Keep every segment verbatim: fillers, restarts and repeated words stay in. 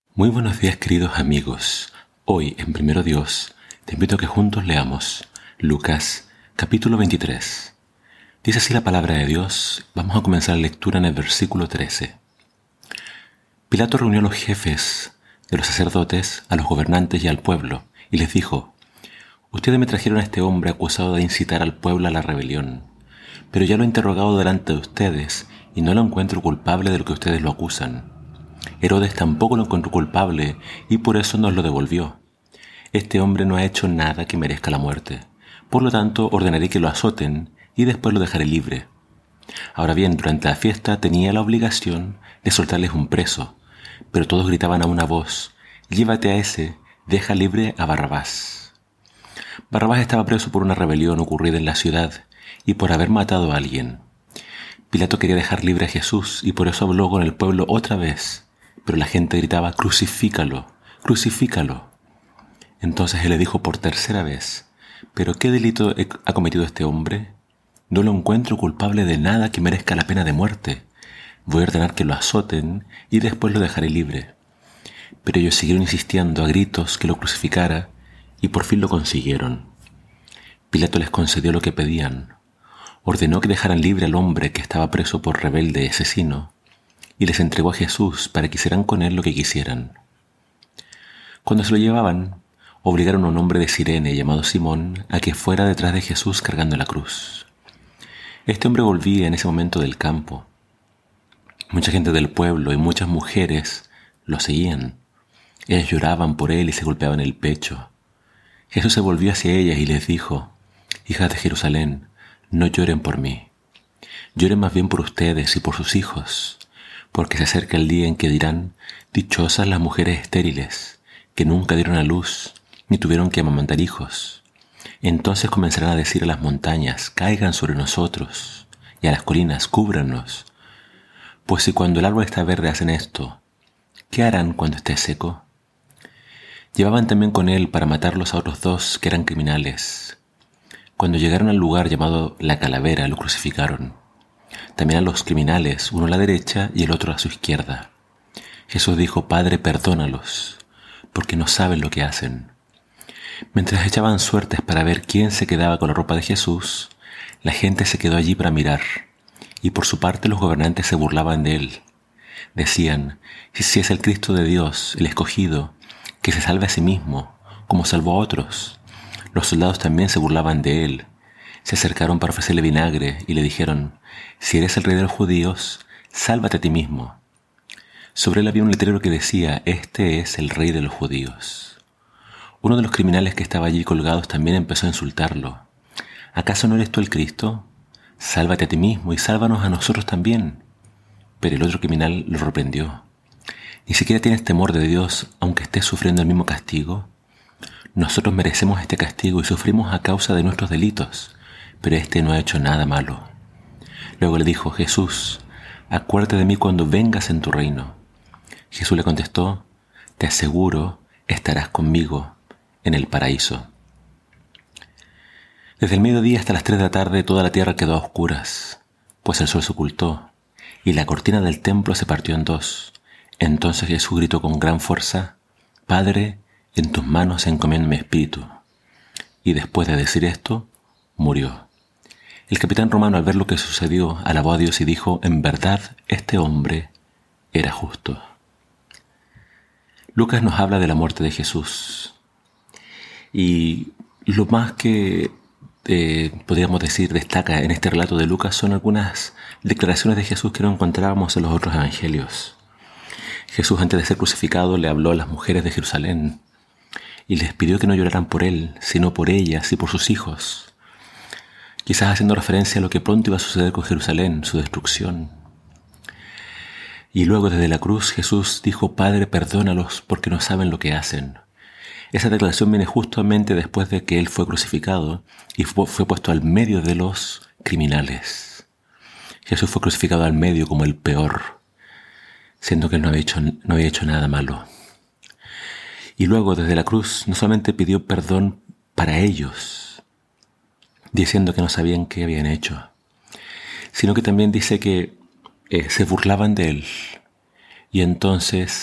Muy buenos días, queridos amigos. Hoy, en Primero Dios, te invito a que juntos leamos Lucas capítulo veintitrés. Dice así la palabra de Dios. Vamos a comenzar la lectura en el versículo trece. Pilato reunió a los jefes de los sacerdotes, a los gobernantes y al pueblo, y les dijo: Ustedes me trajeron a este hombre acusado de incitar al pueblo a la rebelión, pero ya lo he interrogado delante de ustedes y no lo encuentro culpable de lo que ustedes lo acusan. Herodes tampoco lo encontró culpable y por eso nos lo devolvió. Este hombre no ha hecho nada que merezca la muerte. Por lo tanto, ordenaré que lo azoten y después lo dejaré libre. Ahora bien, durante la fiesta tenía la obligación de soltarles un preso, pero todos gritaban a una voz: «Llévate a ese, deja libre a Barrabás». Barrabás estaba preso por una rebelión ocurrida en la ciudad y por haber matado a alguien. Pilato quería dejar libre a Jesús y por eso habló con el pueblo otra vez, pero la gente gritaba: «Crucifícalo, crucifícalo». Entonces él le dijo por tercera vez: «¿Pero qué delito ha cometido este hombre? No lo encuentro culpable de nada que merezca la pena de muerte. Voy a ordenar que lo azoten y después lo dejaré libre». Pero ellos siguieron insistiendo a gritos que lo crucificara y por fin lo consiguieron. Pilato les concedió lo que pedían. Ordenó que dejaran libre al hombre que estaba preso por rebelde y asesino, y les entregó a Jesús para que hicieran con él lo que quisieran. Cuando se lo llevaban, obligaron a un hombre de Cirene llamado Simón a que fuera detrás de Jesús cargando la cruz. Este hombre volvía en ese momento del campo. Mucha gente del pueblo y muchas mujeres lo seguían. Ellas lloraban por él y se golpeaban el pecho. Jesús se volvió hacia ellas y les dijo: «Hijas de Jerusalén, no lloren por mí. Lloren más bien por ustedes y por sus hijos, porque se acerca el día en que dirán: dichosas las mujeres estériles, que nunca dieron a luz, ni tuvieron que amamantar hijos. Entonces comenzarán a decir a las montañas: caigan sobre nosotros, y a las colinas: cúbranos. Pues si cuando el árbol está verde hacen esto, ¿qué harán cuando esté seco?». Llevaban también con él para matarlos a otros dos que eran criminales. Cuando llegaron al lugar llamado La Calavera, lo crucificaron. También a los criminales, uno a la derecha y el otro a su izquierda. Jesús dijo: «Padre, perdónalos, porque no saben lo que hacen». Mientras echaban suertes para ver quién se quedaba con la ropa de Jesús, la gente se quedó allí para mirar, y por su parte los gobernantes se burlaban de él. Decían: «Si es el Cristo de Dios, el escogido, que se salve a sí mismo, como salvó a otros». Los soldados también se burlaban de él. Se acercaron para ofrecerle vinagre y le dijeron: «Si eres el rey de los judíos, sálvate a ti mismo». Sobre él había un letrero que decía: «Este es el rey de los judíos». Uno de los criminales que estaba allí colgados también empezó a insultarlo: «¿Acaso no eres tú el Cristo? Sálvate a ti mismo y sálvanos a nosotros también». Pero el otro criminal lo reprendió: «¿Ni siquiera tienes temor de Dios aunque estés sufriendo el mismo castigo? Nosotros merecemos este castigo y sufrimos a causa de nuestros delitos, pero este no ha hecho nada malo». Luego le dijo: «Jesús, acuérdate de mí cuando vengas en tu reino». Jesús le contestó: «Te aseguro, estarás conmigo en el paraíso». Desde el mediodía hasta las tres de la tarde toda la tierra quedó a oscuras, pues el sol se ocultó y la cortina del templo se partió en dos. Entonces Jesús gritó con gran fuerza: «Padre, en tus manos encomiendo mi espíritu». Y después de decir esto, murió. El capitán romano, al ver lo que sucedió, alabó a Dios y dijo: «En verdad, este hombre era justo». Lucas nos habla de la muerte de Jesús. Y lo más que eh, podríamos decir destaca en este relato de Lucas son algunas declaraciones de Jesús que no encontrábamos en los otros evangelios. Jesús, antes de ser crucificado, le habló a las mujeres de Jerusalén y les pidió que no lloraran por él, sino por ellas y por sus hijos, quizás haciendo referencia a lo que pronto iba a suceder con Jerusalén, su destrucción. Y luego desde la cruz Jesús dijo: «Padre, perdónalos porque no saben lo que hacen». Esa declaración viene justamente después de que él fue crucificado y fue, fue puesto al medio de los criminales. Jesús fue crucificado al medio como el peor, siendo que él no había hecho, no había hecho nada malo. Y luego desde la cruz no solamente pidió perdón para ellos, diciendo que no sabían qué habían hecho, sino que también dice que eh, se burlaban de él. Y entonces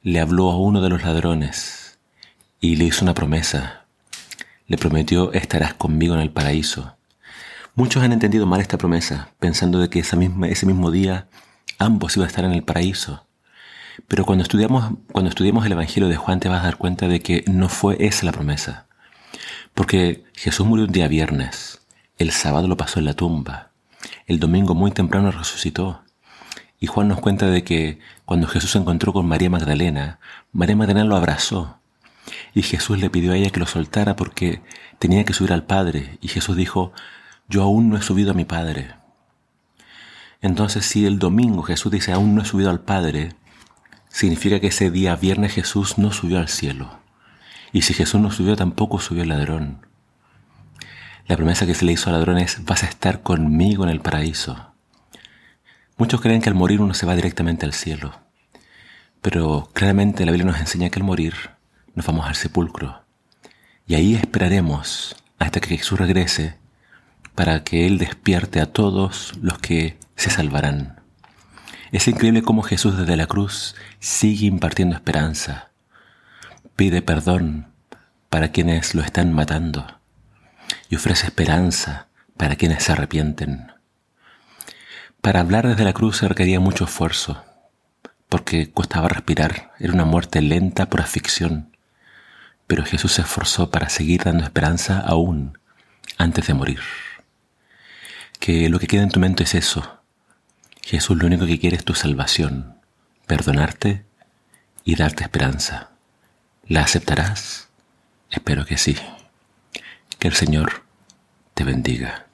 le habló a uno de los ladrones y le hizo una promesa. Le prometió: estarás conmigo en el paraíso. Muchos han entendido mal esta promesa, pensando de que esa misma, ese mismo día ambos iban a estar en el paraíso. Pero cuando estudiamos, cuando estudiamos el Evangelio de Juan te vas a dar cuenta de que no fue esa la promesa. Porque Jesús murió un día viernes, el sábado lo pasó en la tumba, el domingo muy temprano resucitó. Y Juan nos cuenta de que cuando Jesús se encontró con María Magdalena, María Magdalena lo abrazó. Y Jesús le pidió a ella que lo soltara porque tenía que subir al Padre. Y Jesús dijo: yo aún no he subido a mi Padre. Entonces, si el domingo Jesús dice: aún no he subido al Padre, significa que ese día viernes Jesús no subió al cielo. Y si Jesús no subió, tampoco subió el ladrón. La promesa que se le hizo al ladrón es: vas a estar conmigo en el paraíso. Muchos creen que al morir uno se va directamente al cielo. Pero claramente la Biblia nos enseña que al morir nos vamos al sepulcro. Y ahí esperaremos hasta que Jesús regrese para que Él despierte a todos los que se salvarán. Es increíble cómo Jesús desde la cruz sigue impartiendo esperanza. Pide perdón para quienes lo están matando y ofrece esperanza para quienes se arrepienten. Para hablar desde la cruz se requería mucho esfuerzo, porque costaba respirar, era una muerte lenta por asfixión, pero Jesús se esforzó para seguir dando esperanza aún antes de morir. Que lo que queda en tu mente es eso: Jesús lo único que quiere es tu salvación, perdonarte y darte esperanza. ¿La aceptarás? Espero que sí. Que el Señor te bendiga.